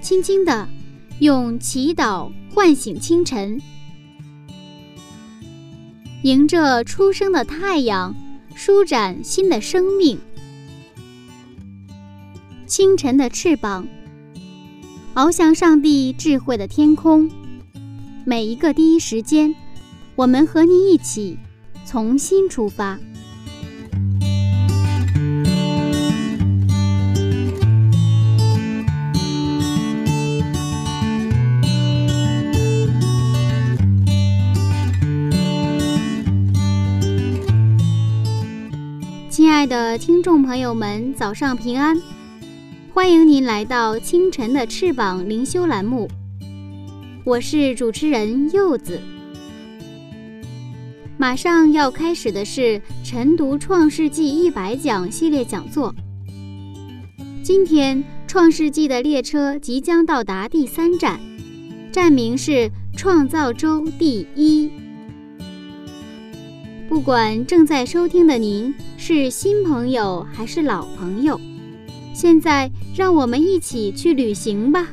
轻轻地用祈祷唤醒清晨，迎着初升的太阳，舒展新的生命。清晨的翅膀，翱翔上帝智慧的天空。每一个第一时间，我们和你一起重新出发。亲爱的听众朋友们，早上平安！欢迎您来到清晨的翅膀灵修栏目，我是主持人柚子。马上要开始的是晨读创世纪100讲系列讲座。今天创世纪的列车即将到达第3站，站名是创造周第1。不管正在收听的您是新朋友还是老朋友，现在让我们一起去旅行吧。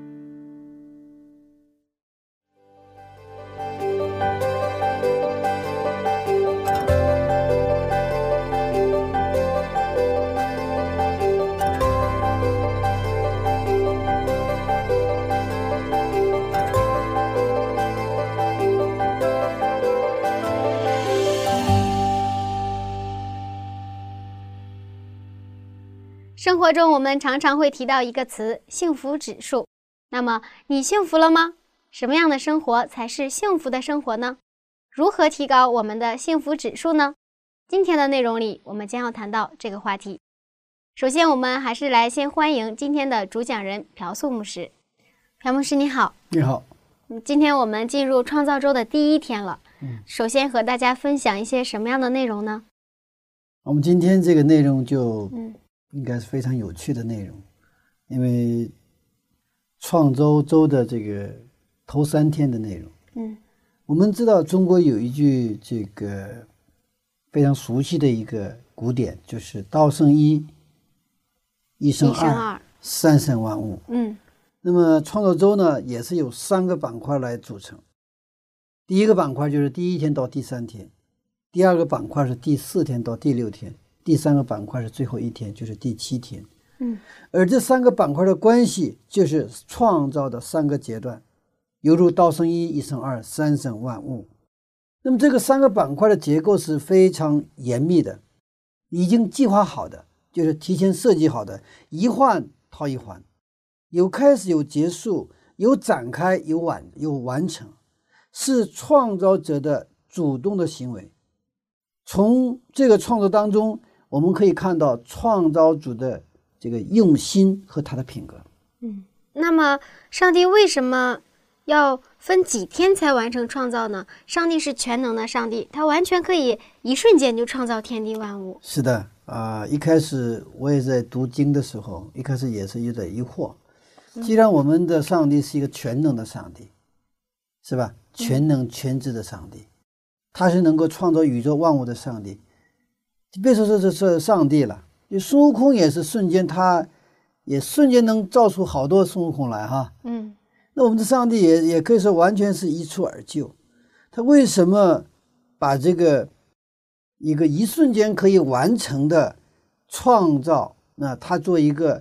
生活中我们常常会提到一个词，幸福指数。那么你幸福了吗？什么样的生活才是幸福的生活呢？如何提高我们的幸福指数呢？今天的内容里我们将要谈到这个话题。首先我们还是来先欢迎今天的主讲人朴素牧师。朴牧师你好。 你好。 今天我们进入创造周的第1天了。首先和大家分享一些什么样的内容呢？ 我们今天这个内容就应该是非常有趣的内容，因为创造周的这个头3天的内容。我们知道中国有一句这个非常熟悉的一个古典，就是道生一，一生二，三生万物。那么创造周呢，也是由3个板块来组成。第一个板块就是第1天到第3天，第2个板块是第4天到第6天，第3个板块是最后1天，就是第7天。而这3个板块的关系就是创造的3个阶段，犹如道生一，一生二，三生万物。那么这个3个板块的结构是非常严密的，已经计划好的，就是提前设计好的，一环套一环，有开始有结束，有展开有完成，是创造者的主动的行为。从这个创造当中，我们可以看到创造主的这个用心和他的品格。 那么上帝为什么要分几天才完成创造呢？上帝是全能的上帝，他完全可以一瞬间就创造天地万物。 是的，一开始我也在读经的时候，一开始也是有点疑惑。既然我们的上帝是一个全能的上帝，是吧？全能全知的上帝，他是能够创造宇宙万物的上帝。别说这是上帝了，就孙悟空也是瞬间，他也瞬间能造出好多孙悟空来哈。那我们的上帝也可以说完全是一蹴而就。他为什么把这个一瞬间可以完成的创造，那他做一个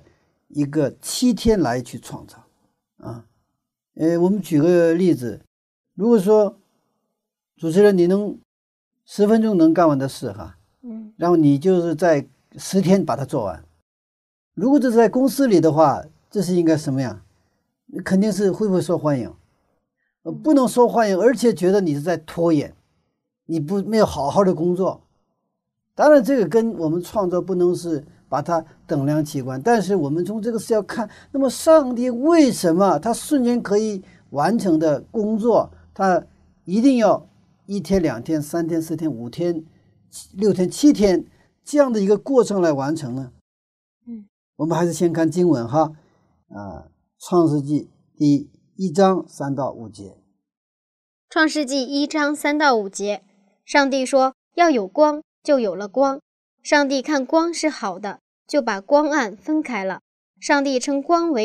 7天来去创造我们举个例子，如果说主持人你能10分钟能干完的事哈，然后你就是在10天把它做完。如果这是在公司里的话，这是应该什么样？肯定是会不会受欢迎？不能受欢迎，而且觉得你是在拖延，你没有好好的工作。当然这个跟我们创造不能是把它等量齐观，但是我们从这个是要看，那么上帝为什么他瞬间可以完成的工作，他一定要1天、2天、3天、4天、5天、6天、7天这样的一个过程来完成呢？我们还是先看经文哈，创世纪第1章3到5节。 创世纪1章3到5节，上帝说要有光，就有了光。上帝看光是好的，就把光暗分开了。上帝称光为昼，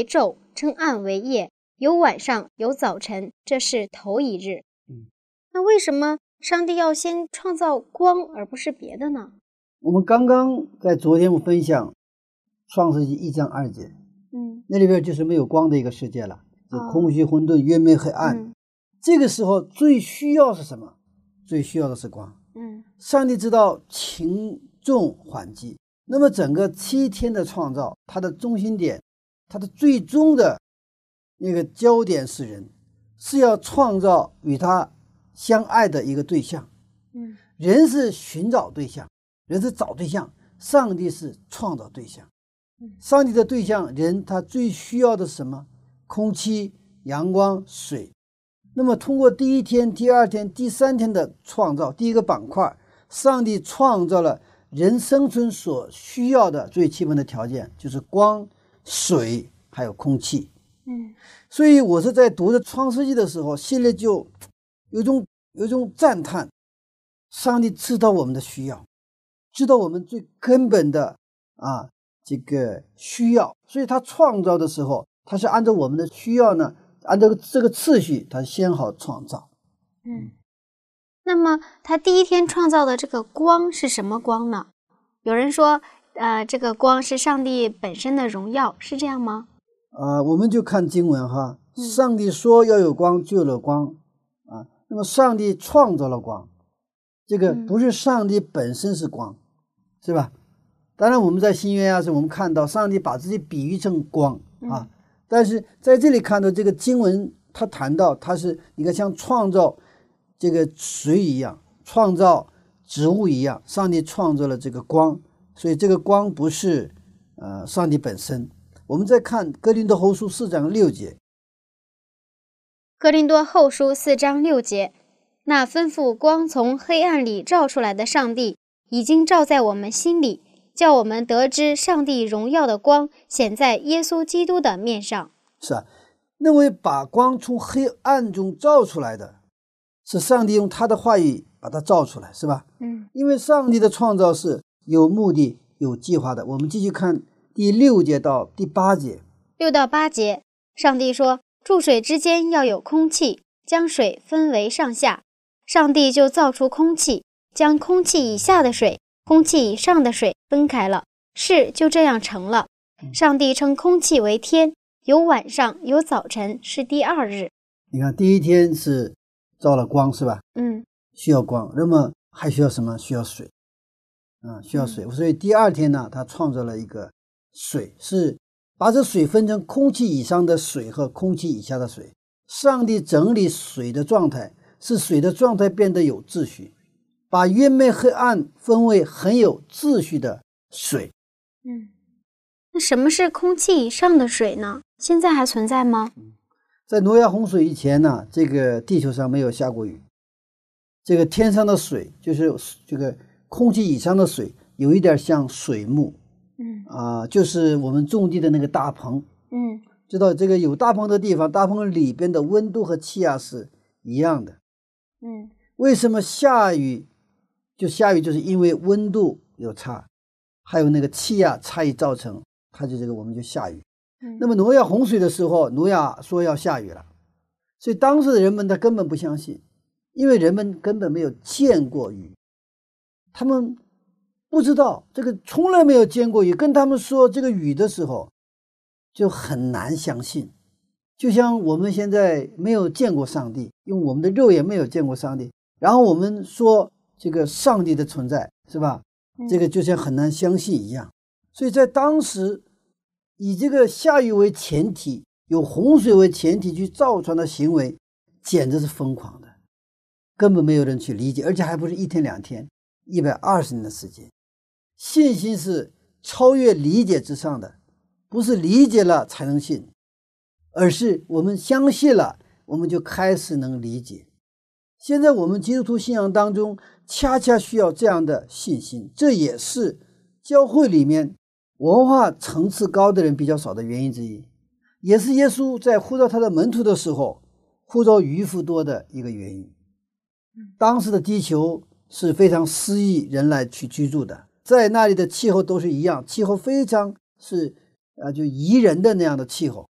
称暗为夜，有晚上，有早晨，这是头一日。那为什么上帝要先创造光，而不是别的呢？ 我们刚刚在昨天我分享创世纪1章2节，那里边就是没有光的一个世界了，就空虚混沌，渊昧黑暗。这个时候最需要是什么？最需要的是光。上帝知道轻重缓急，那么整个7天的创造，它的中心点，它的最终的那个焦点是人，是要创造与他相爱的一个对象。人是寻找对象，人是找对象，上帝是创造对象。上帝的对象人，他最需要的是什么？空气、阳光、水。那么通过第1天、第2天、第3天的创造，第一个板块，上帝创造了人生存所需要的最基本的条件，就是光、水还有空气。所以我是在读着创世纪的时候，心里就有种赞叹，上帝知道我们的需要，知道我们最根本的这个需要，所以他创造的时候，他是按照我们的需要呢，按照这个次序，他先好创造。 那么他第1天创造的这个光是什么光呢？有人说这个光是上帝本身的荣耀，是这样吗？ 我们就看经文哈，上帝说要有光就有了光那么上帝创造了光，这个不是上帝本身是光，是吧？当然我们在新约时我们看到上帝把自己比喻成光但是在这里看到这个经文，他谈到他是你看像创造这个水一样，创造植物一样，上帝创造了这个光，所以这个光不是上帝本身。我们再看哥林多后书4章6节， 哥林多后书4章6节，那吩咐光从黑暗里照出来的上帝，已经照在我们心里，叫我们得知上帝荣耀的光显在耶稣基督的面上。 是那位把光从黑暗中照出来的，是上帝用他的话语把它照出来，是吧？因为上帝的创造是有目的、有计划的。我们继续看第6节到第8节。 6到8节，上帝说：注水之间要有空气，将水分为上下。上帝就造出空气，将空气以下的水、空气以上的水分开了，事就这样成了。上帝称空气为天，有晚上，有早晨，是第2日。 你看第1天是照了光，是吧？需要光，那么还需要什么？需要水需要水。所以第2天呢，他创造了一个水，是把这水分成空气以上的水和空气以下的水。上帝整理水的状态，使水的状态变得有秩序，把渊昧黑暗分为很有秩序的水。 那什么是空气以上的水呢？现在还存在吗？ 在挪亚洪水以前呢，这个地球上没有下过雨，这个天上的水就是这个空气以上的水，有一点像水幕就是我们种地的那个大棚知道这个有大棚的地方，大棚里边的温度和气压是一样的为什么下雨就是因为温度有差，还有那个气压差异造成，它就这个我们就下雨那么挪亚洪水的时候，挪亚说要下雨了，所以当时的人们他根本不相信，因为人们根本没有见过雨，他们不知道这个，从来没有见过雨，跟他们说这个雨的时候就很难相信。就像我们现在没有见过上帝，用我们的肉眼没有见过上帝，然后我们说这个上帝的存在，是吧？这个就像很难相信一样。所以在当时以这个下雨为前提，有洪水为前提去造船的行为简直是疯狂的，根本没有人去理解，而且还不是1天2天，120年的时间。信心是超越理解之上的，不是理解了才能信，而是我们相信了，我们就开始能理解。现在我们基督徒信仰当中恰恰需要这样的信心，这也是教会里面文化层次高的人比较少的原因之一，也是耶稣在呼召他的门徒的时候呼召渔夫多的一个原因。当时的地球是非常适宜人来去居住的，在那里的气候都是一样，气候非常是就宜人的那样的气候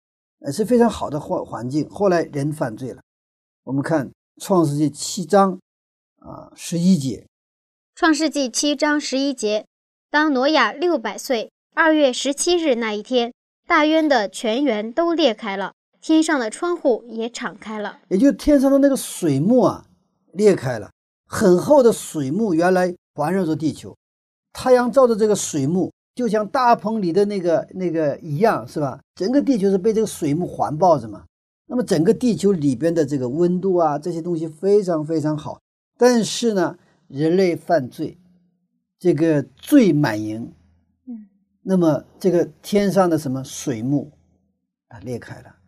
是非常好的环境。后来人犯罪了，我们看创世纪7章11节。 创世纪7章11节，当挪亚600岁2月17日那一天，大渊的泉源都裂开了，天上的窗户也敞开了。 也就是天上的那个水幕裂开了，很厚的水幕原来环绕着地球，太阳照着这个水幕，就像大棚里的那个一样，是吧？整个地球是被这个水幕环抱着嘛。那么整个地球里边的这个温度这些东西非常非常好。但是呢，人类犯罪，这个罪满盈，那么这个天上的什么水幕它裂开了。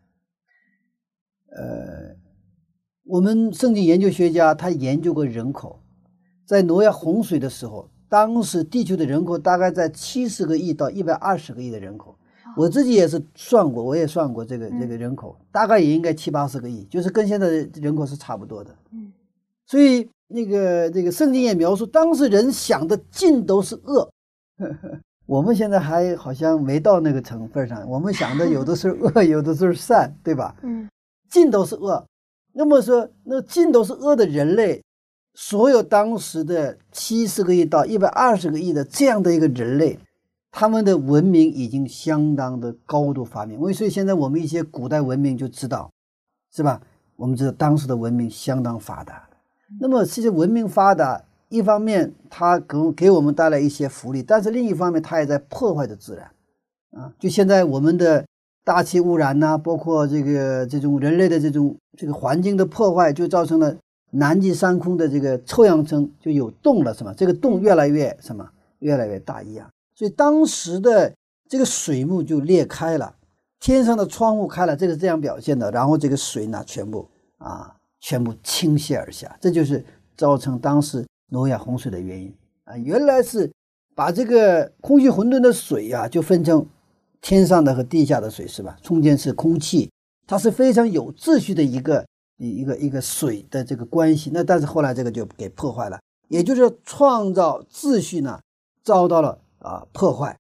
我们圣经研究学家他研究过人口，在挪亚洪水的时候，当时地球的人口大概在70个亿到120个亿的人口。我自己也是算过，我也算过这个人口，大概也应该70-80个亿，就是跟现在的人口是差不多的。所以这个圣经也描述，当时人想的尽都是恶。我们现在还好像没到那个成分上，我们想的有的是恶，有的是善，对吧？尽都是恶。那么说，那尽都是恶的人类，所有当时的70个亿到120个亿的这样的一个人类，他们的文明已经相当的高度发明。所以现在我们一些古代文明就知道，是吧？我们知道当时的文明相当发达。那么这些文明发达，一方面它给我们带来一些福利，但是另一方面它也在破坏着自然就现在我们的大气污染包括这种人类的这个环境的破坏，就造成了南极山空的这个臭氧层就有洞了，是吗？这个洞越来越大一样。所以当时的这个水幕就裂开了，天上的窗户开了，这个是这样表现的。然后这个水呢全部倾泻而下，这就是造成当时挪亚洪水的原因原来是把这个空气混沌的水就分成天上的和地下的水，是吧？中间是空气，它是非常有秩序的一个水的这个关系。那但是后来这个就给破坏了，也就是创造秩序呢遭到了破坏。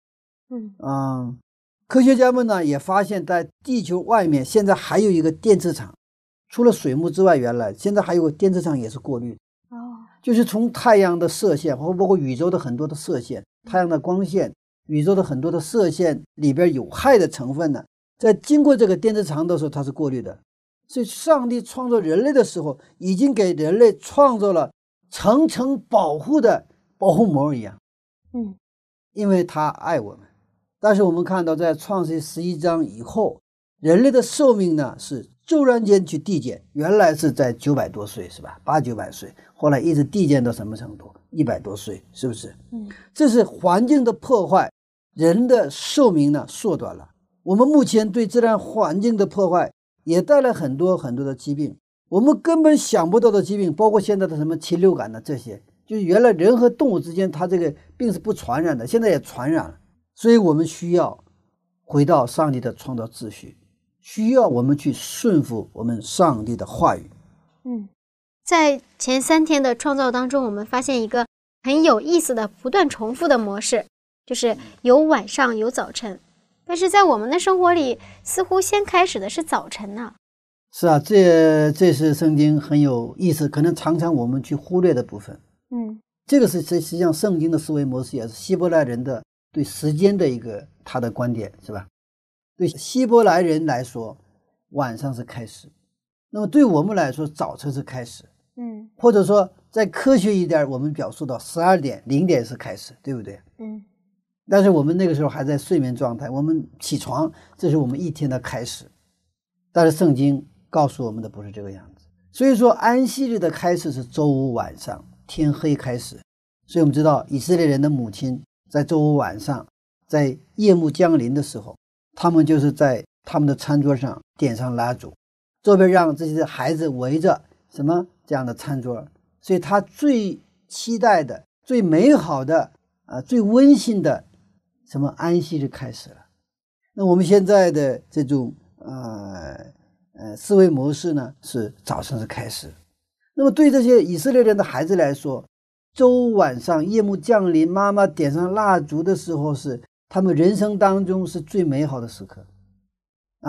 科学家们呢也发现，在地球外面现在还有一个电磁场，除了水幕之外，原来现在还有个电磁场也是过滤的就是从太阳的射线，包括宇宙的很多的射线，太阳的光线，宇宙的很多的射线里边有害的成分呢，在经过这个电磁场的时候它是过滤的。所以上帝创造人类的时候，已经给人类创造了层层保护的保护膜一样因为他爱我们。但是我们看到在创世记11章以后，人类的寿命呢是骤然间去递减，原来是在900多岁，是吧？800-900岁，后来一直递减到什么程度？100多岁，是不是？这是环境的破坏，人的寿命呢缩短了。我们目前对自然环境的破坏也带来很多很多的疾病，我们根本想不到的疾病，包括现在的什么禽流感这些，就是原来人和动物之间它这个病是不传染的，现在也传染了。所以我们需要回到上帝的创造秩序，需要我们去顺服我们上帝的话语。 在前3天的创造当中，我们发现一个很有意思的不断重复的模式，就是有晚上有早晨。但是在我们的生活里，似乎先开始的是早晨呢。 是啊，这是圣经很有意思，可能常常我们去忽略的部分。这个是实际上圣经的思维模式，也是希伯来人的对时间的一个他的观点，是吧？对希伯来人来说，晚上是开始，那么对我们来说，早晨是开始。或者说再科学一点，我们表述到12点0点是开始，对不对？但是我们那个时候还在睡眠状态，我们起床，这是我们一天的开始。但是圣经告诉我们的不是这个样子。所以说安息日的开始是周五晚上天黑开始。所以我们知道以色列人的母亲在周五晚上，在夜幕降临的时候，他们就是在他们的餐桌上点上蜡烛，周边让这些孩子围着什么这样的餐桌。所以他最期待的、最美好的最温馨的什么安息日开始了。那我们现在的这种思维模式呢，是早上是开始。那么对这些以色列人的孩子来说，周五晚上夜幕降临，妈妈点上蜡烛的时候，是他们人生当中是最美好的时刻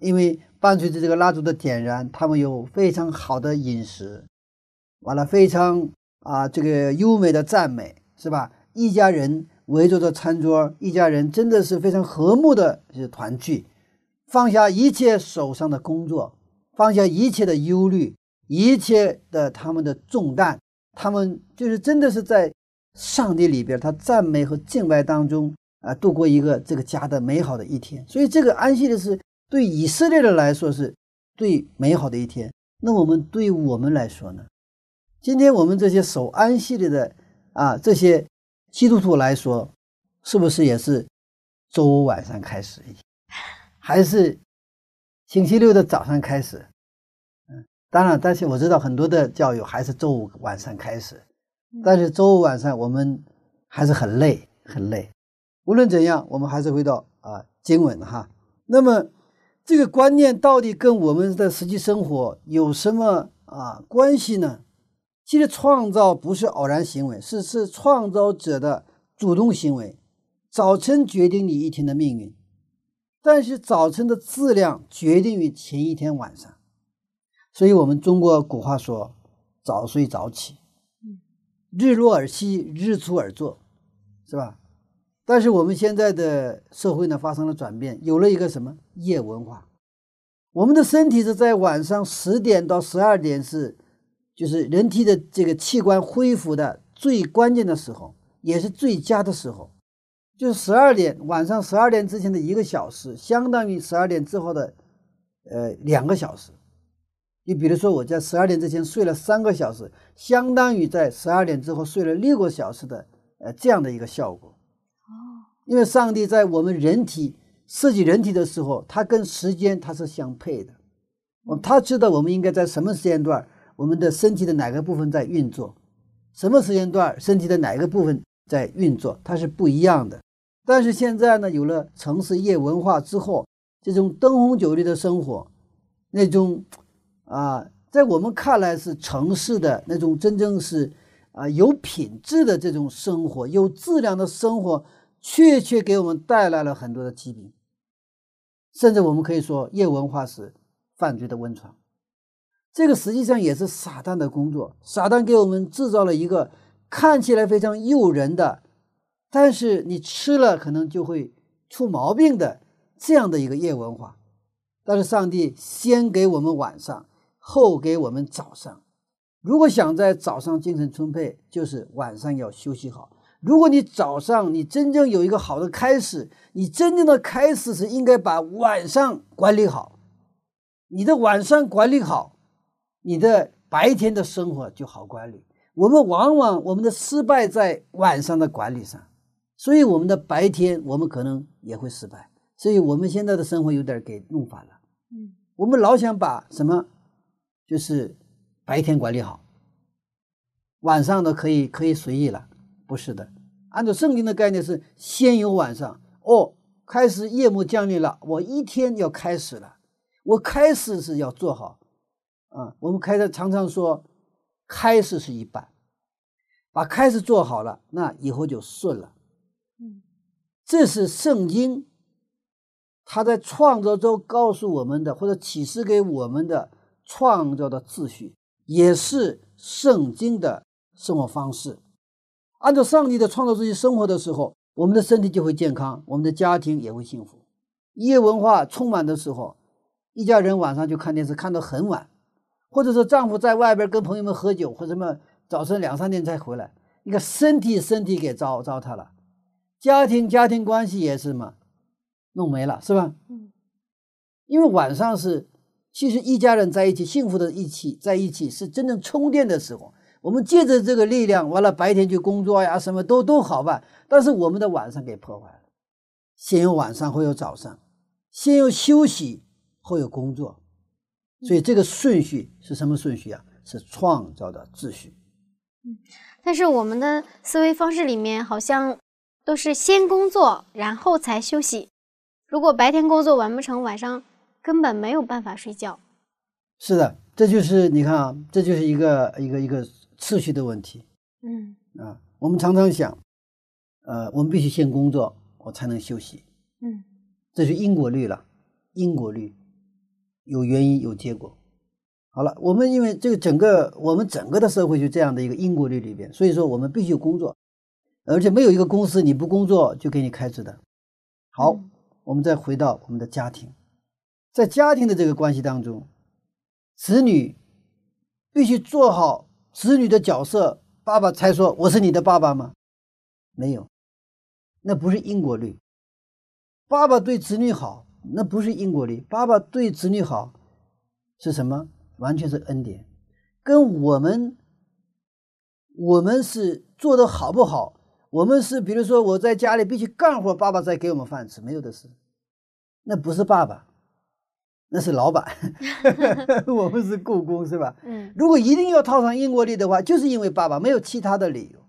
因为伴随着这个蜡烛的点燃，他们有非常好的饮食，完了非常这个优美的赞美，是吧？一家人围着餐桌，一家人真的是非常和睦的团聚，放下一切手上的工作，放下一切的忧虑，一切的他们的重担，他们就是真的是在上帝里边，他赞美和敬拜当中度过一个这个家的美好的一天。所以这个安息日是对以色列人来说是最美好的一天。那我们对我们来说呢？今天我们这些守安息日的这些基督徒来说，是不是也是周五晚上开始，还是星期六的早上开始？当然，但是我知道很多的教友还是周五晚上开始，但是周五晚上我们还是很累，很累。无论怎样，我们还是回到经文哈。那么这个观念到底跟我们的实际生活有什么关系呢？其实创造不是偶然行为，是创造者的主动行为。早晨决定你一天的命运，但是早晨的质量决定于前一天晚上。所以我们中国古话说早睡早起，日落而息，日出而作，是吧？但是我们现在的社会呢发生了转变，有了一个什么夜文化。我们的身体是在晚上10点到12点就是人体的这个器官恢复的最关键的时候，也是最佳的时候。就是晚上12点之前的1个小时，相当于12点之后的2个小时。就比如说我在12点之前睡了3个小时，相当于在12点之后睡了6个小时的这样的一个效果。因为上帝在我们人体设计人体的时候，它跟时间它是相配的。他知道我们应该在什么时间段，我们的身体的哪个部分在运作，什么时间段身体的哪个部分在运作，它是不一样的。但是现在呢，有了城市夜文化之后，这种灯红酒绿的生活，那种在我们看来是城市的那种真正是有品质的这种生活，有质量的生活，确给我们带来了很多的疾病。甚至我们可以说夜文化是犯罪的温床。这个实际上也是撒旦的工作。撒旦给我们制造了一个看起来非常诱人的，但是你吃了可能就会出毛病的这样的一个夜文化。但是上帝先给我们晚上，后给我们早上。如果想在早上精神充沛，就是晚上要休息好。如果你早上你真正有一个好的开始，你真正的开始是应该把晚上管理好。你的晚上管理好，你的白天的生活就好管理。我们的失败在晚上的管理上，所以我们的白天我们可能也会失败。所以我们现在的生活有点给弄反了。我们老想把什么就是白天管理好，晚上的可以随意了。不是的，按照圣经的概念是先有晚上，开始夜幕降临了，我一天要开始了，我开始是要做好我们常常说开始是一半，把开始做好了，那以后就顺了。这是圣经他在创造中告诉我们的，或者启示给我们的创造的秩序，也是圣经的生活方式。按照上帝的创造秩序生活的时候，我们的身体就会健康，我们的家庭也会幸福。夜文化充满的时候，一家人晚上就看电视看到很晚，或者是丈夫在外边跟朋友们喝酒，或者什么早晨2、3点才回来，你看身体给糟蹋了，家庭关系也是嘛弄没了，是吧？因为晚上是其实一家人在一起幸福的在一起是真正充电的时候。我们借着这个力量，完了白天去工作呀，什么都好办，但是我们的晚上给破坏了。先有晚上，后有早上，先有休息，后有工作。所以这个顺序是什么顺序啊？是创造的秩序。 但是我们的思维方式里面好像都是先工作，然后才休息。如果白天工作完不成，晚上根本没有办法睡觉。 是的，这就是你看啊，这就是一个次序的问题。我们常常想，我们必须先工作，我才能休息。这是因果律了，因果律。 有原因有结果。好了，我们因为这个我们整个的社会就这样的一个因果律里边，所以说我们必须工作，而且没有一个公司你不工作就给你开支的。好，我们再回到我们的家庭，在家庭的这个关系当中，子女必须做好子女的角色，爸爸才说我是你的爸爸吗？没有，那不是因果律。爸爸对子女好，那不是因果律，爸爸对子女好是什么？完全是恩典。跟我们是做的好不好，我们是比如说我在家里必须干活，爸爸才给我们饭吃，没有的事。那不是爸爸，那是老板我们是雇工，是吧？如果一定要套上因果律的话，就是因为爸爸，没有其他的理由。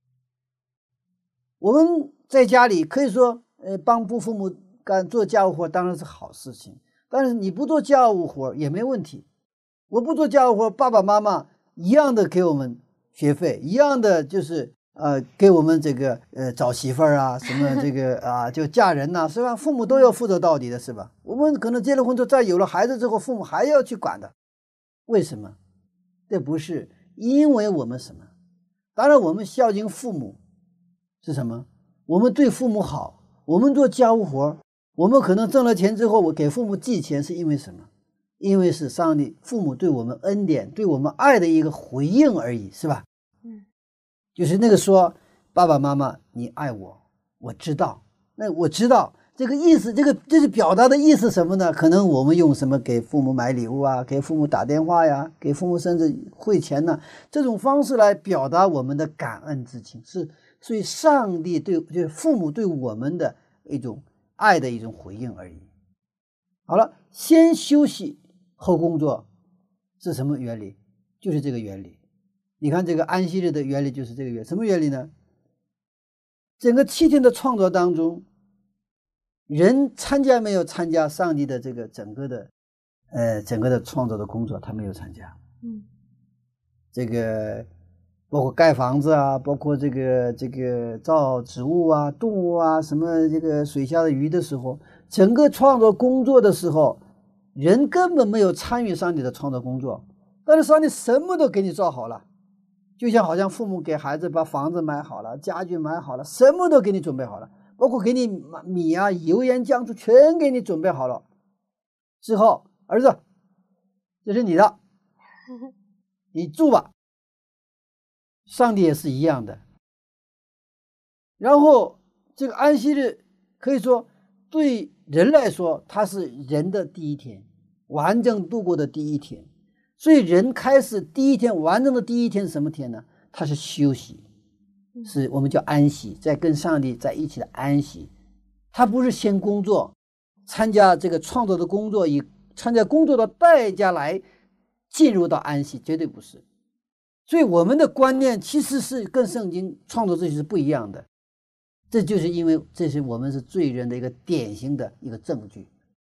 我们在家里可以说帮父母做家务活当然是好事情，但是你不做家务活也没问题。我不做家务活，爸爸妈妈一样的给我们学费，一样的就是给我们这个找媳妇儿啊，什么这个就嫁人呐，是吧？父母都要负责到底的，是吧？我们可能结了婚之后，再有了孩子之后，父母还要去管的。为什么？这不是因为我们什么？当然我们孝敬父母是什么？我们对父母好，我们做家务活，我们可能挣了钱之后，我给父母寄钱，是因为什么？因为是上帝父母对我们恩典对我们爱的一个回应而已，是吧？就是那个说爸爸妈妈你爱我，我知道，那我知道这个意思，这是表达的意思什么呢？可能我们用什么给父母买礼物啊，给父母打电话呀，给父母甚至汇钱呢，这种方式来表达我们的感恩之情，是所以上帝就是父母对我们的一种爱的一种回应而已。好了，先休息后工作是什么原理？就是这个原理。你看这个安息日的原理就是这个原理。什么原理呢？整个7天的创作当中，人参加没有参加上帝的这个整个的创造的工作？他没有参加。这个包括盖房子啊，包括这个造植物啊、动物啊，什么这个水下的鱼的时候，整个创作工作的时候，人根本没有参与上帝的创造工作，但是上帝什么都给你造好了，就像好像父母给孩子把房子买好了，家具买好了，什么都给你准备好了，包括给你米啊、油盐酱醋全给你准备好了之后，儿子，这是你的，你住吧。上帝也是一样的。然后这个安息日可以说对人来说，它是人的第一天，完整度过的第一天。所以人开始第一天完整的第一天是什么天呢？它是休息，是我们叫安息，在跟上帝在一起的安息。他不是先工作，参加这个创造的工作，以参加工作的代价来进入到安息，绝对不是。所以我们的观念其实是跟圣经创造秩序是不一样的，这就是因为这是我们是罪人的一个典型的一个证据。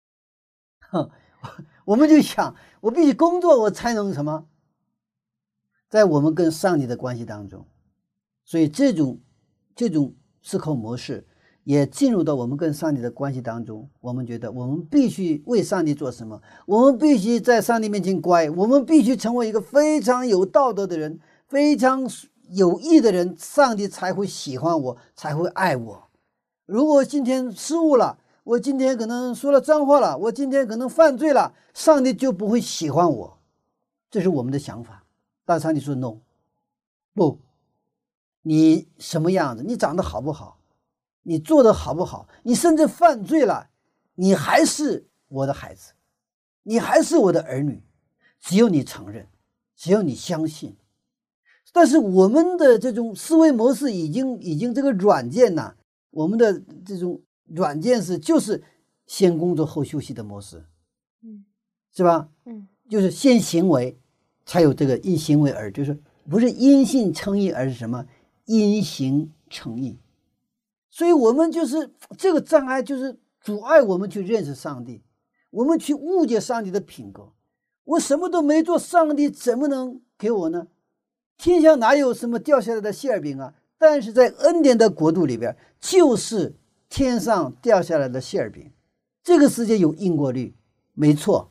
我们就想，我必须工作，我才能什么？在我们跟上帝的关系当中，所以这种思考模式也进入到我们跟上帝的关系当中。我们觉得我们必须为上帝做什么？我们必须在上帝面前乖，我们必须成为一个非常有道德的人，非常有益的人，上帝才会喜欢我，才会爱我。如果今天失误了，我今天可能说了脏话了，我今天可能犯罪了，上帝就不会喜欢我。这是我们的想法。但上帝说 no， 不，你什么样子，你长得好不好，你做的好不好，你甚至犯罪了，你还是我的孩子，你还是我的儿女，只有你承认，只有你相信。但是我们的这种思维模式已经这个软件呐，我们的这种软件就是先工作后休息的模式，是吧？就是先行为才有这个因行为而，就是不是因信称义，而是什么？因行称义。所以我们就是这个障碍，就是阻碍我们去认识上帝，我们去误解上帝的品格。我什么都没做，上帝怎么能给我呢？天下哪有什么掉下来的馅饼啊？但是在恩典的国度里边，就是天上掉下来的馅饼。这个世界有因果律，没错，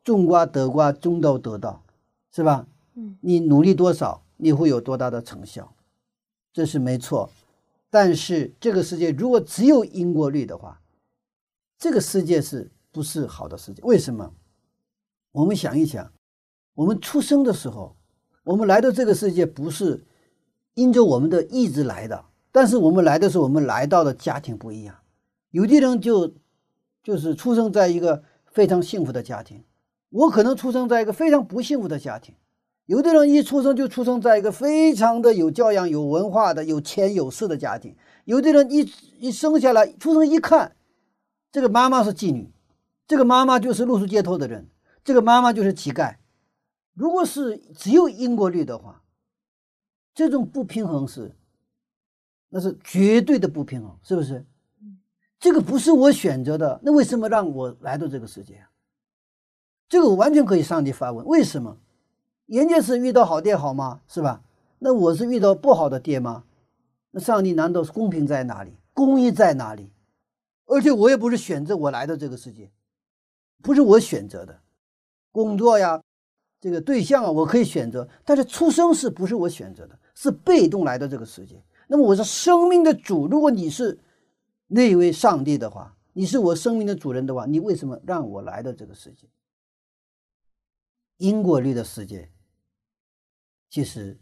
种瓜得瓜，种稻得稻，是吧？你努力多少，你会有多大的成效，这是没错。但是这个世界如果只有因果律的话，这个世界是不是好的世界？为什么？我们想一想，我们出生的时候，我们来到这个世界不是因着我们的意志来的，但是我们来的时候，我们来到的家庭不一样。有的人就是出生在一个非常幸福的家庭，我可能出生在一个非常不幸福的家庭。有的人一出生就出生在一个非常的有教养、有文化的、有钱有势的家庭。有的人一生下来，出生一看，这个妈妈是妓女，这个妈妈就是露宿街头的人，这个妈妈就是乞丐。如果是只有因果律的话，这种不平衡那是绝对的不平衡，是不是？这个不是我选择的，那为什么让我来到这个世界啊？这个我完全可以上帝发问，为什么？人家是遇到好爹好妈，是吧？那我是遇到不好的爹妈，那上帝难道是公平在哪里？公义在哪里？而且我也不是选择我来到这个世界，不是我选择的。工作呀，这个对象啊，我可以选择，但是出生是不是我选择的？是被动来到这个世界。那么我是生命的主，如果你是那位上帝的话，你是我生命的主人的话，你为什么让我来到这个世界？因果律的世界，其实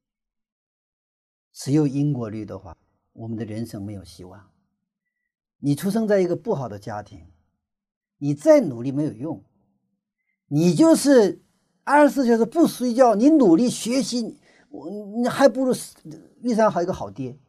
只有因果律的话，我们的人生没有希望。你出生在一个不好的家庭，你再努力没有用，你就是24小时不睡觉，你努力学习，你还不如遇上一个好爹。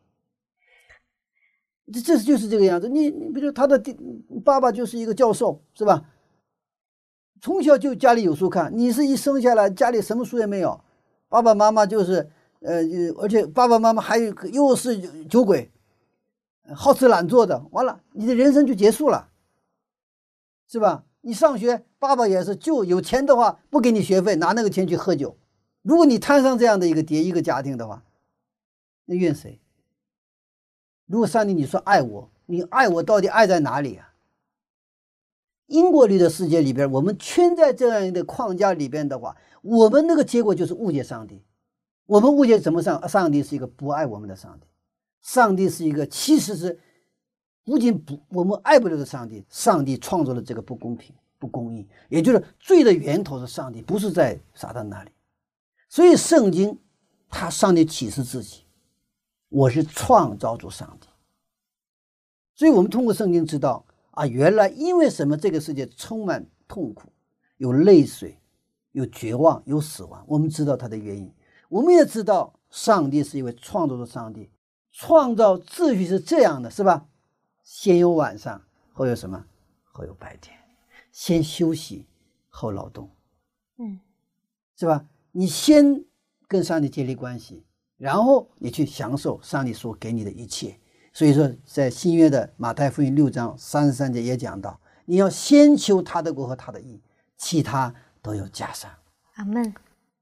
这就是这个样子。你比如他的爸爸就是一个教授，是吧？从小就家里有书看，你是一生下来家里什么书也没有，爸爸妈妈就是而且爸爸妈妈还有又是酒鬼，好吃懒做的，完了你的人生就结束了，是吧？你上学，爸爸也是就有钱的话不给你学费，拿那个钱去喝酒。如果你摊上这样的一个家庭的话，那怨谁？如果上帝你说爱我，你爱我到底爱在哪里啊？因果律的世界里边，我们圈在这样一个框架里边的话，我们那个结果就是误解上帝。我们误解怎么上帝是一个不爱我们的上帝，上帝是一个其实是不仅我们爱不了的上帝，上帝创造了这个不公平不公义，也就是罪的源头是上帝，不是在撒旦那里。所以圣经上帝启示自己，我是创造主上帝。所以我们通过圣经知道啊，原来因为什么这个世界充满痛苦，有泪水，有绝望，有死亡，我们知道它的原因。我们也知道上帝是一位创造的上帝，创造秩序是这样的，是吧？先有晚上，后有什么？后有白天。先休息，后劳动，是吧？你先跟上帝建立关系，然后你去享受上帝所给你的一切。所以说在新约的马太福音6章33节也讲到，你要先求他的国和他的义，其他都有加上。 阿们。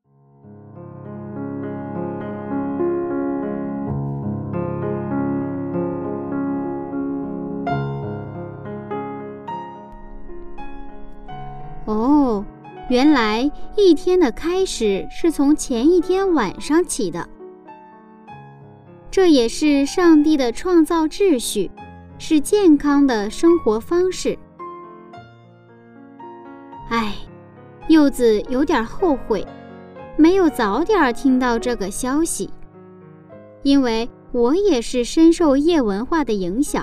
哦，原来一天的开始是从前一天晚上起的。这也是上帝的创造秩序，是健康的生活方式。哎，柚子有点后悔，没有早点听到这个消息，因为我也是深受夜文化的影响。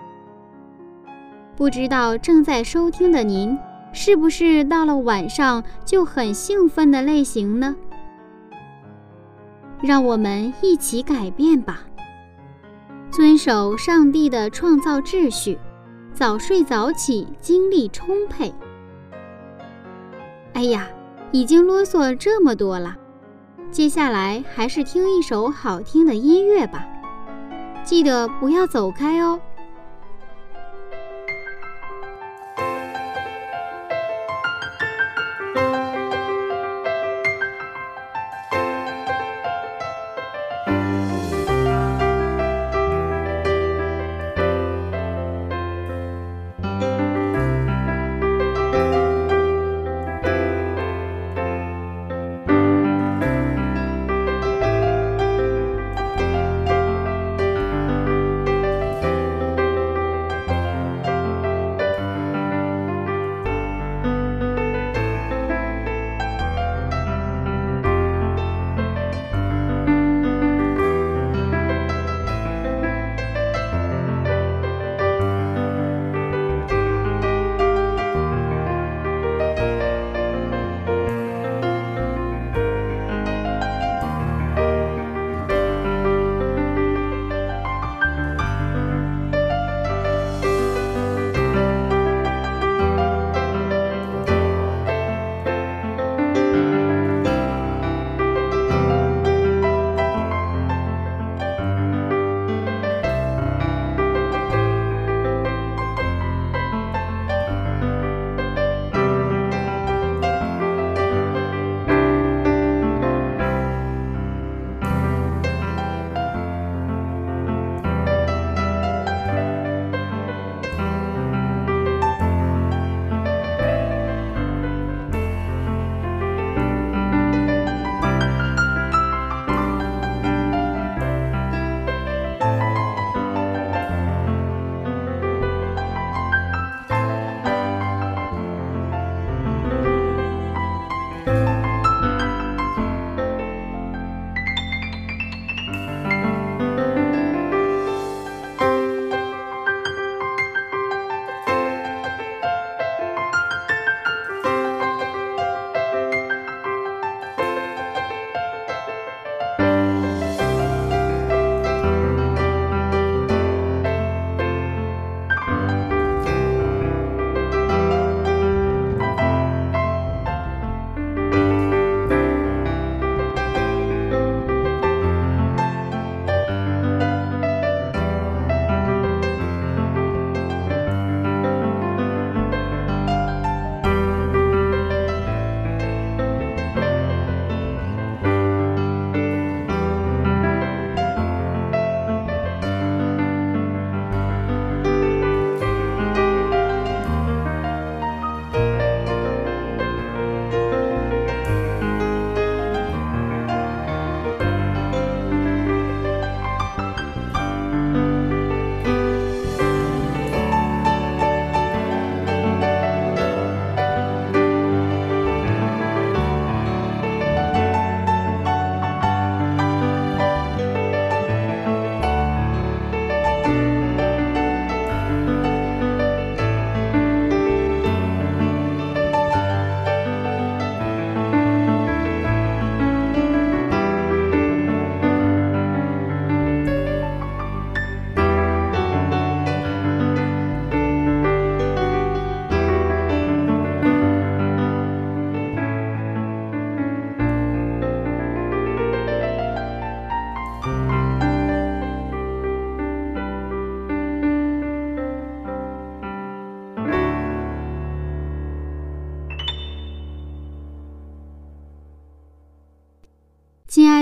不知道正在收听的您，是不是到了晚上就很兴奋的类型呢？让我们一起改变吧，遵守上帝的创造秩序，早睡早起，精力充沛。哎呀，已经啰嗦这么多了，接下来还是听一首好听的音乐吧，记得不要走开哦。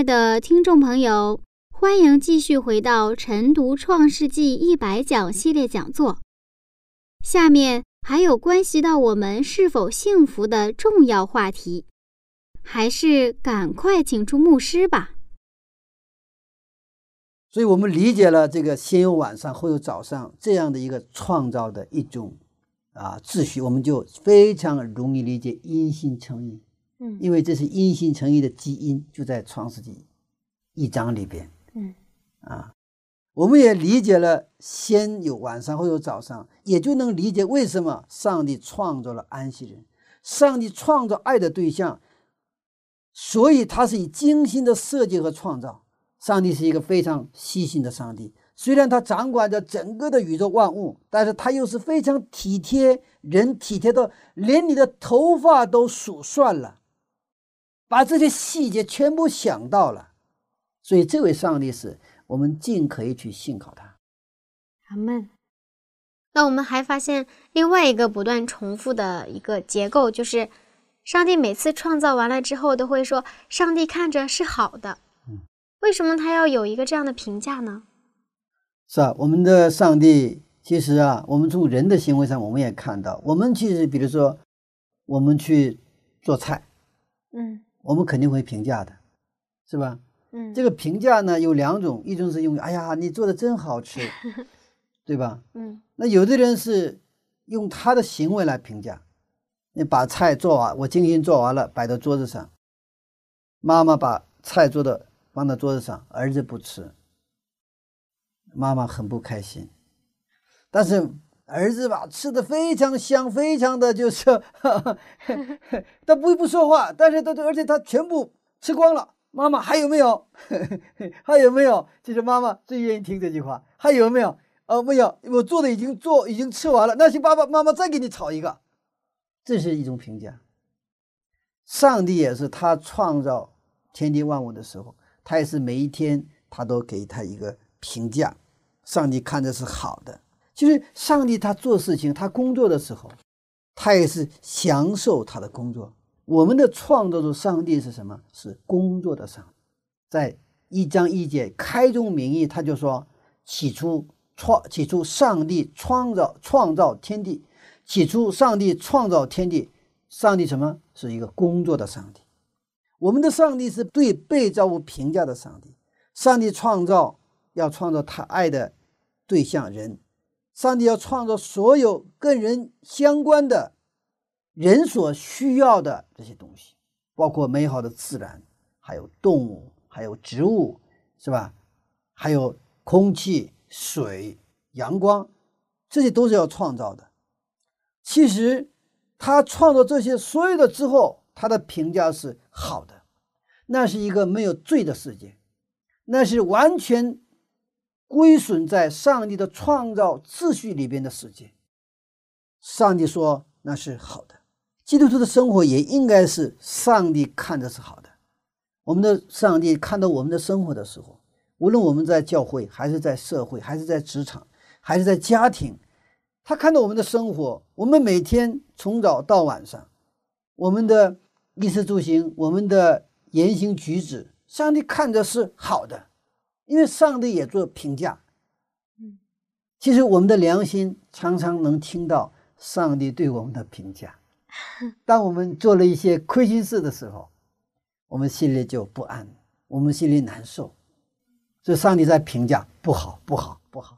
爱的听众朋友，欢迎继续回到晨读创世纪100讲系列讲座。下面还有关系到我们是否幸福的重要话题，还是赶快请出牧师吧。 所以我们理解了这个先有晚上后有早上这样的一个创造的一种秩序，我们就非常容易理解因信称义。因为这是因信称义的基因，就在创世纪1章里边。我们也理解了先有晚上后有早上，也就能理解为什么上帝创造了安息日。上帝创造爱的对象，所以他是以精心的设计和创造。上帝是一个非常细心的上帝，虽然他掌管着整个的宇宙万物，但是他又是非常体贴人，体贴到连你的头发都数算了，把这些细节全部想到了。所以这位上帝是我们尽可以去信靠他。 阿们。那我们还发现另外一个不断重复的一个结构，就是上帝每次创造完了之后都会说上帝看着是好的。为什么他要有一个这样的评价呢？ 是我们的上帝其实我们从人的行为上我们也看到，我们其实比如说我们去做菜，我们肯定会评价的，是吧？这个评价呢有2种，一种是用哎呀你做的真好吃，对吧？那有的人是用他的行为来评价，你把菜做完，我精心做完了摆到桌子上，妈妈把菜做的放到桌子上，儿子不吃，妈妈很不开心。但是儿子吧吃的非常香，非常的就是他不说话，但是而且他全部吃光了，妈妈还有没有还有没有，就是妈妈最愿意听这句话，还有没有？没有，我做的已经吃完了，那行爸爸妈妈再给你炒一个。这是一种评价。上帝也是，他创造天地万物的时候，他也是每一天他都给他一个评价，上帝看着是好的。就是上帝他做事情，他工作的时候，他也是享受他的工作。我们的创造主上帝是什么？是工作的上帝。在1章1节开宗明义，他就说起初上帝创造天地，起初上帝创造天地。上帝什么？是一个工作的上帝。我们的上帝是对被造物评价的上帝。上帝要创造他爱的对象人，上帝要创造所有跟人相关的人所需要的这些东西，包括美好的自然，还有动物，还有植物，是吧？还有空气、水、阳光，这些都是要创造的。其实他创造这些所有的之后，他的评价是好的。那是一个没有罪的世界，那是完全归属在上帝的创造秩序里边的世界。上帝说那是好的。基督徒的生活也应该是上帝看的是好的。我们的上帝看到我们的生活的时候，无论我们在教会还是在社会还是在职场还是在家庭，他看到我们的生活，我们每天从早到晚上，我们的衣食住行，我们的言行举止，上帝看着是好的，因为上帝也做评价。其实我们的良心常常能听到上帝对我们的评价。当我们做了一些亏心事的时候，我们心里就不安，我们心里难受，所以上帝在评价不好不好不好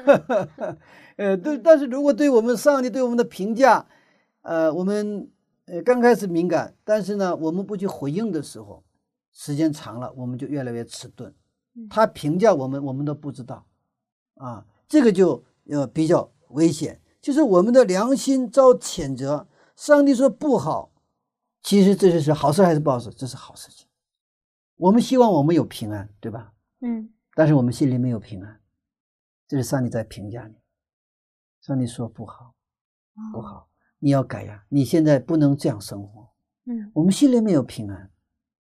但是如果对我们上帝对我们的评价我们刚开始敏感，但是呢我们不去回应的时候，时间长了我们就越来越迟钝。他评价我们，我们都不知道这个就比较危险，就是我们的良心遭谴责。上帝说不好，其实这是好事还是不好事？这是好事情。我们希望我们有平安，对吧？但是我们心里没有平安，这是上帝在评价你。上帝说不好，不好，你要改呀，你现在不能这样生活。我们心里没有平安。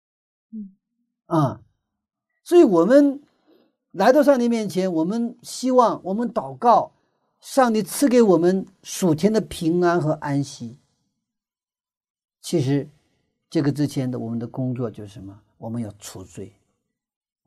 所以我们来到上帝面前，我们希望，我们祷告，上帝赐给我们属天的平安和安息。其实这个之前的我们的工作就是什么？我们要除罪，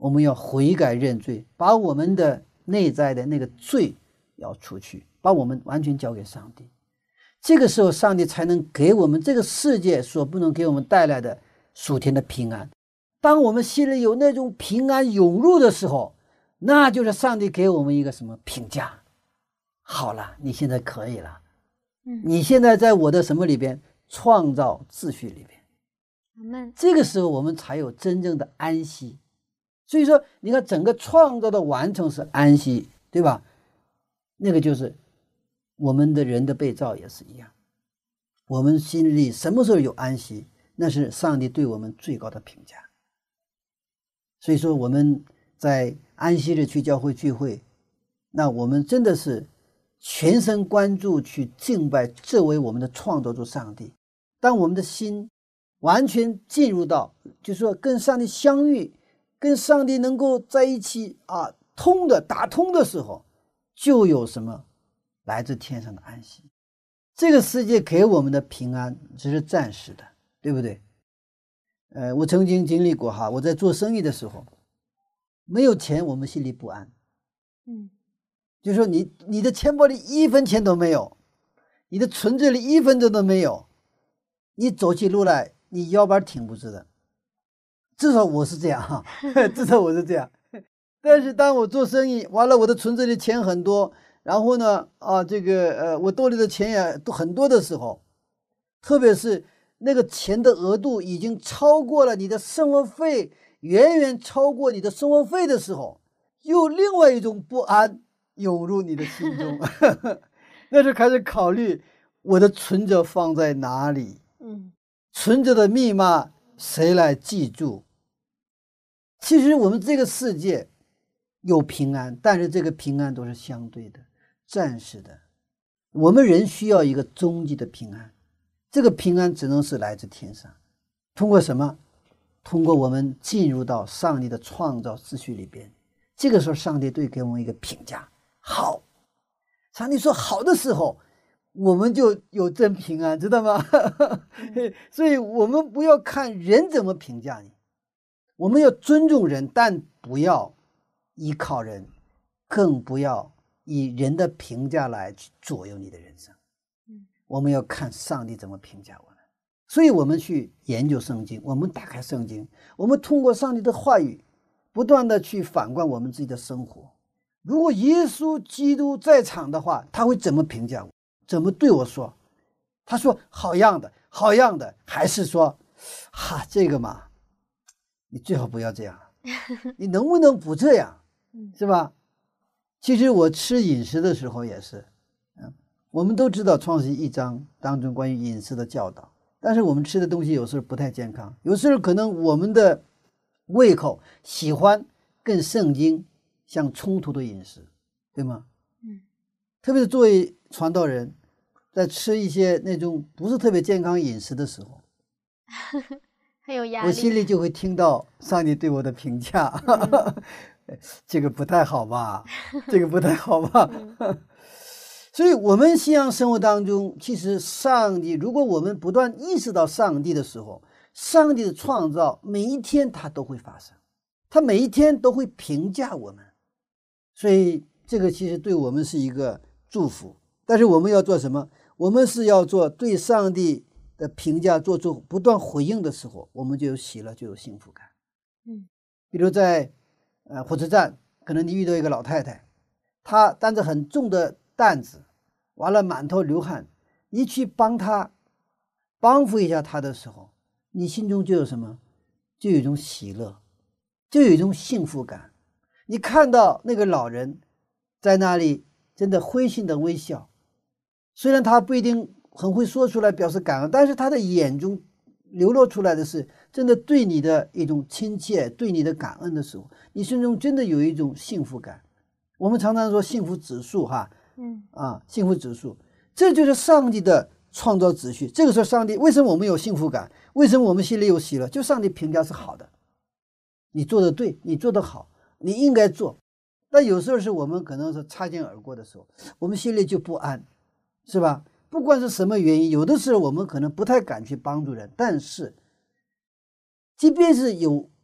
我们要悔改认罪，把我们的内在的那个罪要除去，把我们完全交给上帝。这个时候上帝才能给我们这个世界所不能给我们带来的属天的平安。当我们心里有那种平安涌入的时候，那就是上帝给我们一个什么评价？好了，你现在可以了，你现在在我的什么里边？创造秩序里边。这个时候我们才有真正的安息。所以说你看整个创造的完成是安息，对吧？那个就是我们的人的被造也是一样，我们心里什么时候有安息，那是上帝对我们最高的评价。所以说我们在安息日去教会聚会，那我们真的是全神贯注去敬拜这位我们的创造主上帝。当我们的心完全进入到就是说跟上帝相遇，跟上帝能够在一起打通的时候，就有什么来自天上的安息。这个世界给我们的平安只是暂时的，对不对？我曾经经历过我在做生意的时候，没有钱我们心里不安。就是说你的钱包里1分钱都没有，你的存折里1分都没有，你走起路来你腰板挺不直的。至少我是这样至少我是这样。但是当我做生意完了，我的存折里钱很多，然后呢我兜里的钱也都很多的时候，特别是那个钱的额度已经超过了你的生活费，远远超过你的生活费的时候，又另外一种不安涌入你的心中那就开始考虑我的存折放在哪里，存折的密码谁来记住。其实我们这个世界有平安，但是这个平安都是相对的，暂时的。我们人需要一个终极的平安，这个平安只能是来自天上。通过什么？通过我们进入到上帝的创造秩序里边。这个时候上帝对给我们一个评价，好。上帝说好的时候，我们就有真平安，知道吗所以我们不要看人怎么评价你，我们要尊重人，但不要依靠人，更不要以人的评价来去左右你的人生。我们要看上帝怎么评价我们。所以我们去研究圣经，我们打开圣经，我们通过上帝的话语不断的去反观我们自己的生活。如果耶稣基督在场的话，他会怎么评价我，怎么对我说？他说好样的好样的，还是说这个嘛你最好不要这样你能不能不这样，是吧？其实我吃饮食的时候也是，我们都知道创世记1章当中关于饮食的教导，但是我们吃的东西有时候不太健康，有时候可能我们的胃口喜欢跟圣经相冲突的饮食，对吗？特别是作为传道人，在吃一些那种不是特别健康饮食的时候很有压力， 我心里就会听到上帝对我的评价这个不太好吧这个不太好吧所以我们信仰生活当中，其实上帝，如果我们不断意识到上帝的时候，上帝的创造每一天它都会发生，他每一天都会评价我们，所以这个其实对我们是一个祝福。但是我们要做什么？我们是要做对上帝的评价做出不断回应的时候，我们就有喜乐，就有幸福感。比如在火车站，可能你遇到一个老太太，她担着很重的担子，完了满头流汗，你去帮她帮扶一下她的时候，你心中就有什么？就有一种喜乐，就有一种幸福感。你看到那个老人在那里真的灰心的微笑，虽然他不一定很会说出来表示感恩，但是他的眼中流露出来的是真的对你的一种亲切，对你的感恩的时候，你心中真的有一种幸福感。我们常常说幸福指数幸福指数，这就是上帝的创造秩序。这个时候上帝为什么我们有幸福感，为什么我们心里有喜乐，就上帝评价是好的，你做的对，你做的好，你应该做。但有时候是我们可能是擦肩而过的时候，我们心里就不安，是吧？不管是什么原因，有的时候我们可能不太敢去帮助人，但是即便是有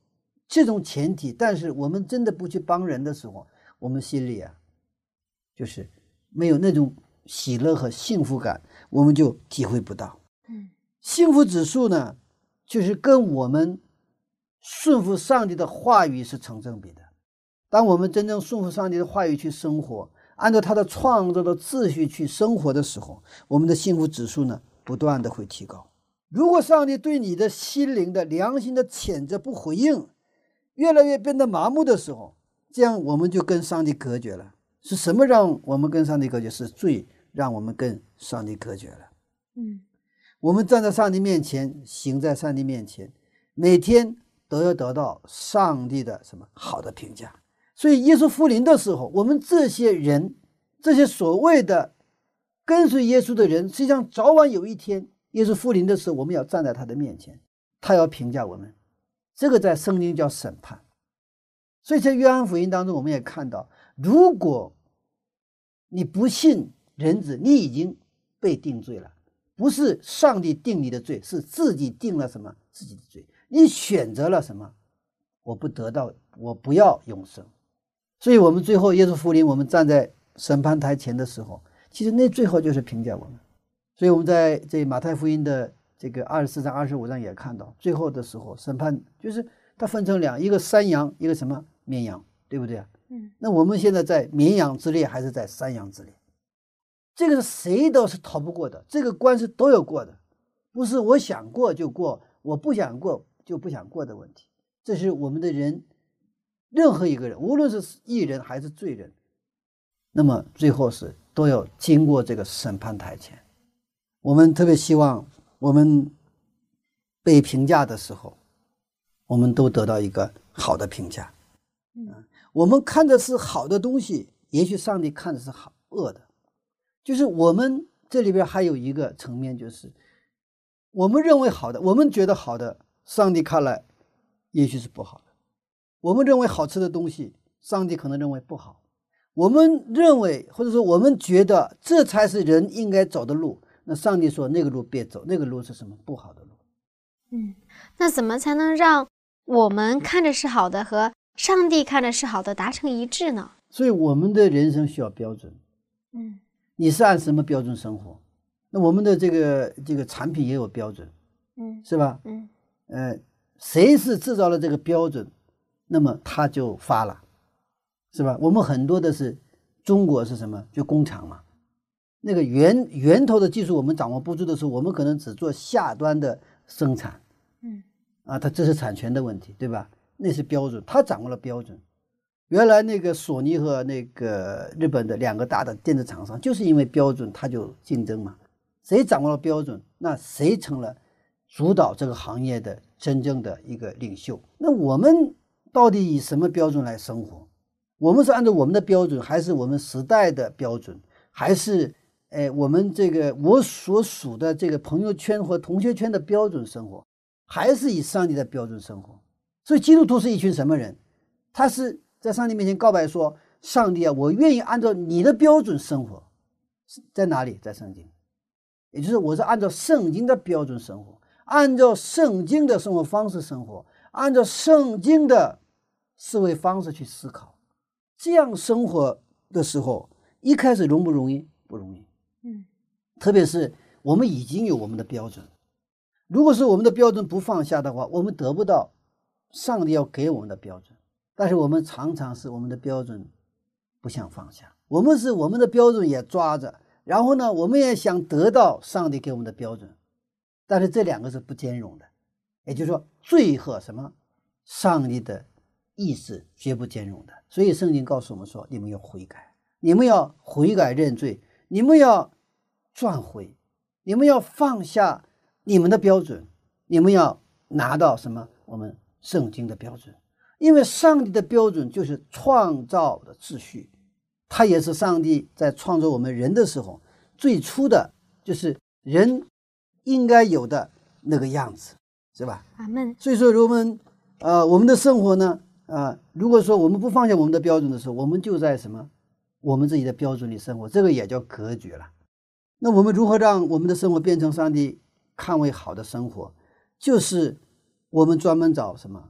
这种前提，但是我们真的不去帮人的时候，我们心里啊，就是没有那种喜乐和幸福感，我们就体会不到。幸福指数呢，就是跟我们顺服上帝的话语是成正比的。当我们真正顺服上帝的话语去生活，按照他的创造的秩序去生活的时候，我们的幸福指数呢，不断的会提高。如果上帝对你的心灵的良心的谴责不回应，越来越变得麻木的时候，这样我们就跟上帝隔绝了。是什么让我们跟上帝隔绝？是罪让我们跟上帝隔绝了。我们站在上帝面前，行在上帝面前，每天都要得到上帝的什么好的评价。所以耶稣复临的时候，我们这些人，这些所谓的跟随耶稣的人，实际上早晚有一天耶稣复临的时候，我们要站在他的面前，他要评价我们。这个在圣经叫审判。所以在约翰福音当中，我们也看到，如果你不信人子，你已经被定罪了。不是上帝定你的罪，是自己定了什么自己的罪。你选择了什么？我不得到，我不要永生。所以我们最后耶稣复临，我们站在审判台前的时候，其实那最后就是评价我们。所以我们在这马太福音的这个24章25章也看到，最后的时候审判就是它分成两，一个山羊，一个什么绵羊，对不对啊？那我们现在在绵羊之列还是在山羊之列？这个是谁都是逃不过的，这个关是都有过的，不是我想过就过，我不想过就不想过的问题。这是我们的人，任何一个人，无论是义人还是罪人，那么最后是都要经过这个审判台前。我们特别希望我们被评价的时候，我们都得到一个好的评价。我们看的是好的东西，也许上帝看的是恶的。就是我们这里边还有一个层面，就是我们认为好的，我们觉得好的，上帝看来也许是不好的。我们认为好吃的东西，上帝可能认为不好。我们认为或者说我们觉得这才是人应该走的路，那上帝说那个路别走，那个路是什么？不好的路。 那怎么才能让我们看着是好的和上帝看着是好的达成一致呢？ 所以我们的人生需要标准。你是按什么标准生活？那我们的这个产品也有标准，是吧？谁是制造了这个标准，那么他就发了，是吧？我们很多的是中国是什么？就工厂嘛。那个源头的技术我们掌握不住的时候，我们可能只做下端的生产，它这是产权的问题，对吧？那是标准，他掌握了标准。原来那个索尼和那个日本的两个大的电子厂商，就是因为标准他就竞争嘛，谁掌握了标准，那谁成了主导这个行业的真正的一个领袖。那我们到底以什么标准来生活？我们是按照我们的标准，还是我们时代的标准，还是我们这个我所属的这个朋友圈或同学圈的标准生活，还是以上帝的标准生活？所以基督徒是一群什么人？他是在上帝面前告白说，上帝啊，我愿意按照你的标准生活。在哪里？在圣经。也就是我是按照圣经的标准生活，按照圣经的生活方式生活，按照圣经的思维方式去思考。这样生活的时候，一开始容不容易？不容易。特别是我们已经有我们的标准，如果是我们的标准不放下的话，我们得不到上帝要给我们的标准。但是我们常常是我们的标准不想放下，我们是我们的标准也抓着，然后呢，我们也想得到上帝给我们的标准，但是这两个是不兼容的。也就是说，罪和什么上帝的意思绝不兼容的。所以圣经告诉我们说，你们要悔改，你们要悔改认罪，你们要转回，你们要放下你们的标准，你们要拿到什么？我们圣经的标准。因为上帝的标准就是创造的秩序，它也是上帝在创造我们人的时候最初的就是人应该有的那个样子，是吧？ 阿们。 所以说我们的生活呢如果说我们不放下我们的标准的时候，我们就在什么我们自己的标准里生活，这个也叫隔绝了。那我们如何让我们的生活变成上帝看为好的生活？就是我们专门找什么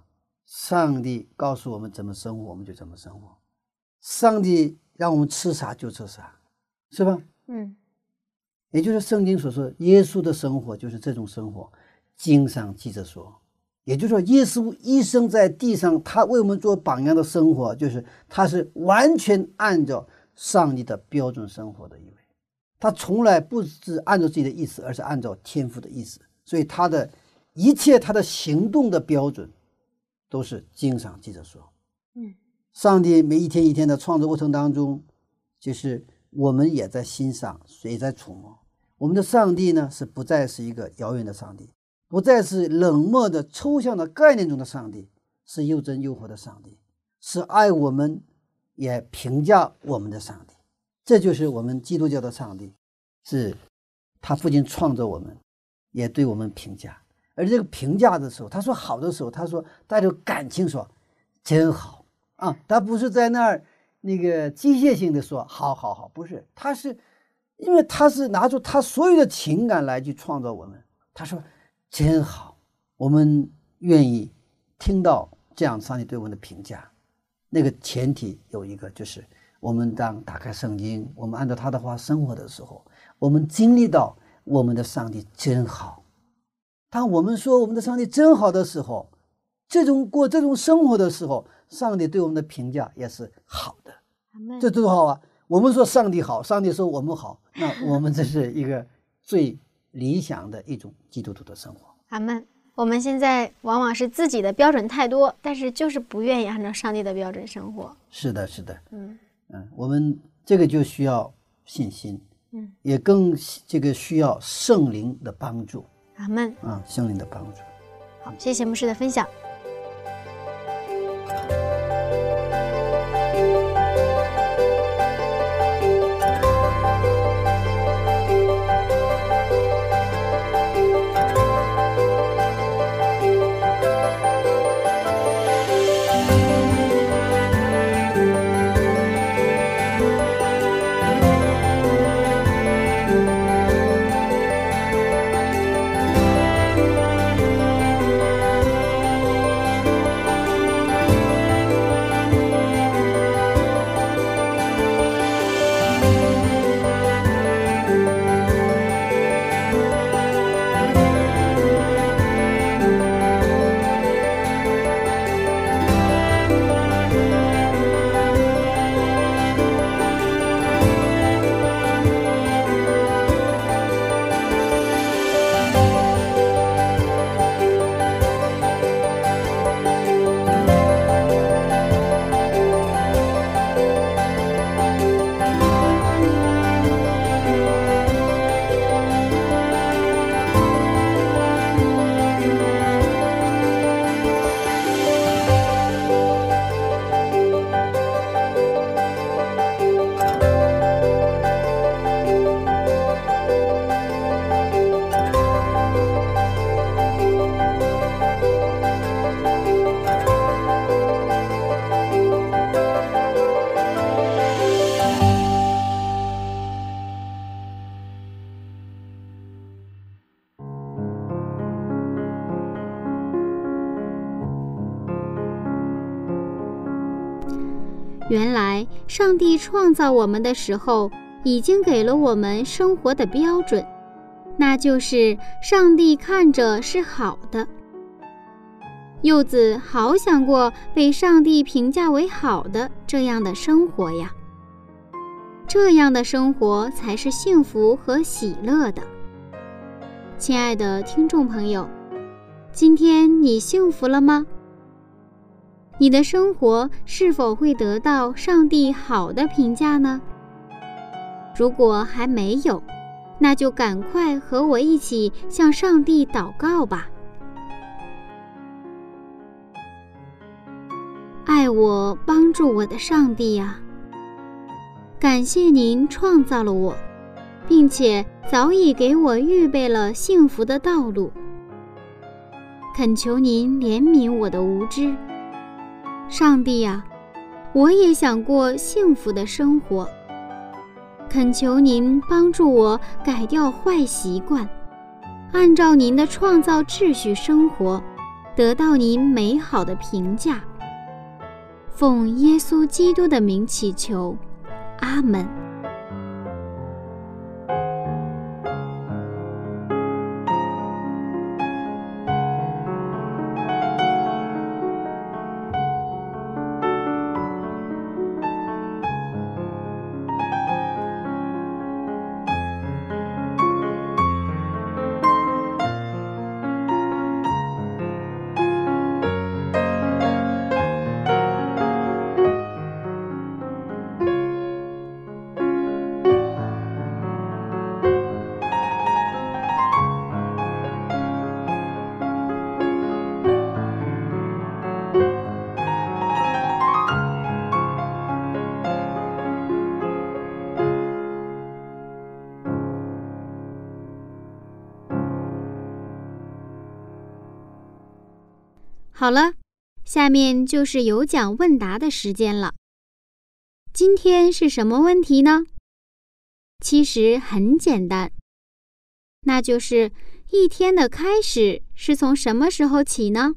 上帝告诉我们怎么生活，我们就怎么生活。上帝让我们吃啥就吃啥，是吧？也就是圣经所说，耶稣的生活就是这种生活。经上记着说，也就是说，耶稣一生在地上，他为我们做榜样的生活，就是他是完全按照上帝的标准生活的一位。他从来不是按照自己的意思，而是按照天父的意思。所以他的一切，他的行动的标准，都是经上记着说。上帝每一天一天的创造过程当中，就是我们也在欣赏，也在触摸。我们的上帝呢，是不再是一个遥远的上帝，不再是冷漠的抽象的概念中的上帝，是又真又活的上帝，是爱我们也评价我们的上帝。这就是我们基督教的上帝，是他不仅创造我们，也对我们评价。而这个评价的时候，他说好的时候，他说带着感情说真好啊，他不是在那儿那个机械性的说好好好，不是，他是因为他是拿出他所有的情感来去创造我们。他说真好，我们愿意听到这样上帝对我们的评价。那个前提有一个，就是我们当打开圣经，我们按照他的话生活的时候，我们经历到我们的上帝真好。当我们说我们的上帝真好的时候，过这种生活的时候，上帝对我们的评价也是好的。这多好啊！我们说上帝好，上帝说我们好，那我们这是一个最理想的一种基督徒的生活。 阿们。我们现在往往是自己的标准太多，但是就是不愿意按照上帝的标准生活。 是的，是的。我们这个就需要信心，也更这个需要圣灵的帮助。 阿们。 圣灵的帮助。 好，谢谢牧师的分享。原来上帝创造我们的时候，已经给了我们生活的标准，那就是上帝看着是好的。柚子好想过被上帝评价为好的这样的生活呀，这样的生活才是幸福和喜乐的。亲爱的听众朋友，今天你幸福了吗？你的生活是否会得到上帝好的评价呢？如果还没有，那就赶快和我一起向上帝祷告吧。爱我、帮助我的上帝呀，感谢您创造了我，并且早已给我预备了幸福的道路。恳求您怜悯我的无知。上帝呀，我也想过幸福的生活，恳求您帮助我改掉坏习惯，按照您的创造秩序生活， 得到您美好的评价。奉耶稣基督的名祈求，阿们。好了，下面就是有奖问答的时间了。今天是什么问题呢？其实很简单，那就是一天的开始是从什么时候起呢？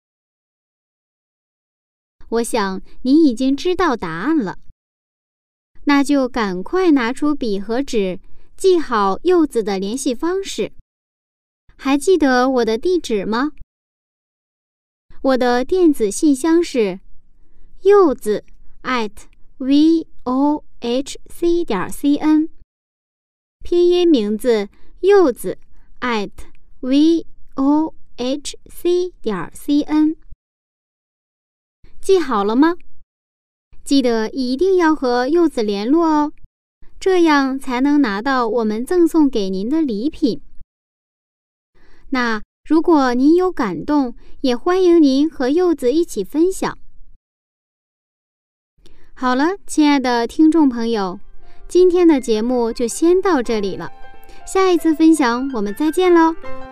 我想你已经知道答案了，那就赶快拿出笔和纸，记好柚子的联系方式。还记得我的地址吗？我的电子信箱是柚子@vohc.cn， 拼音名字柚子@vohc.cn。 记好了吗？记得一定要和柚子联络哦，这样才能拿到我们赠送给您的礼品。那如果您有感动，也欢迎您和柚子一起分享。好了，亲爱的听众朋友，今天的节目就先到这里了，下一次分享我们再见喽。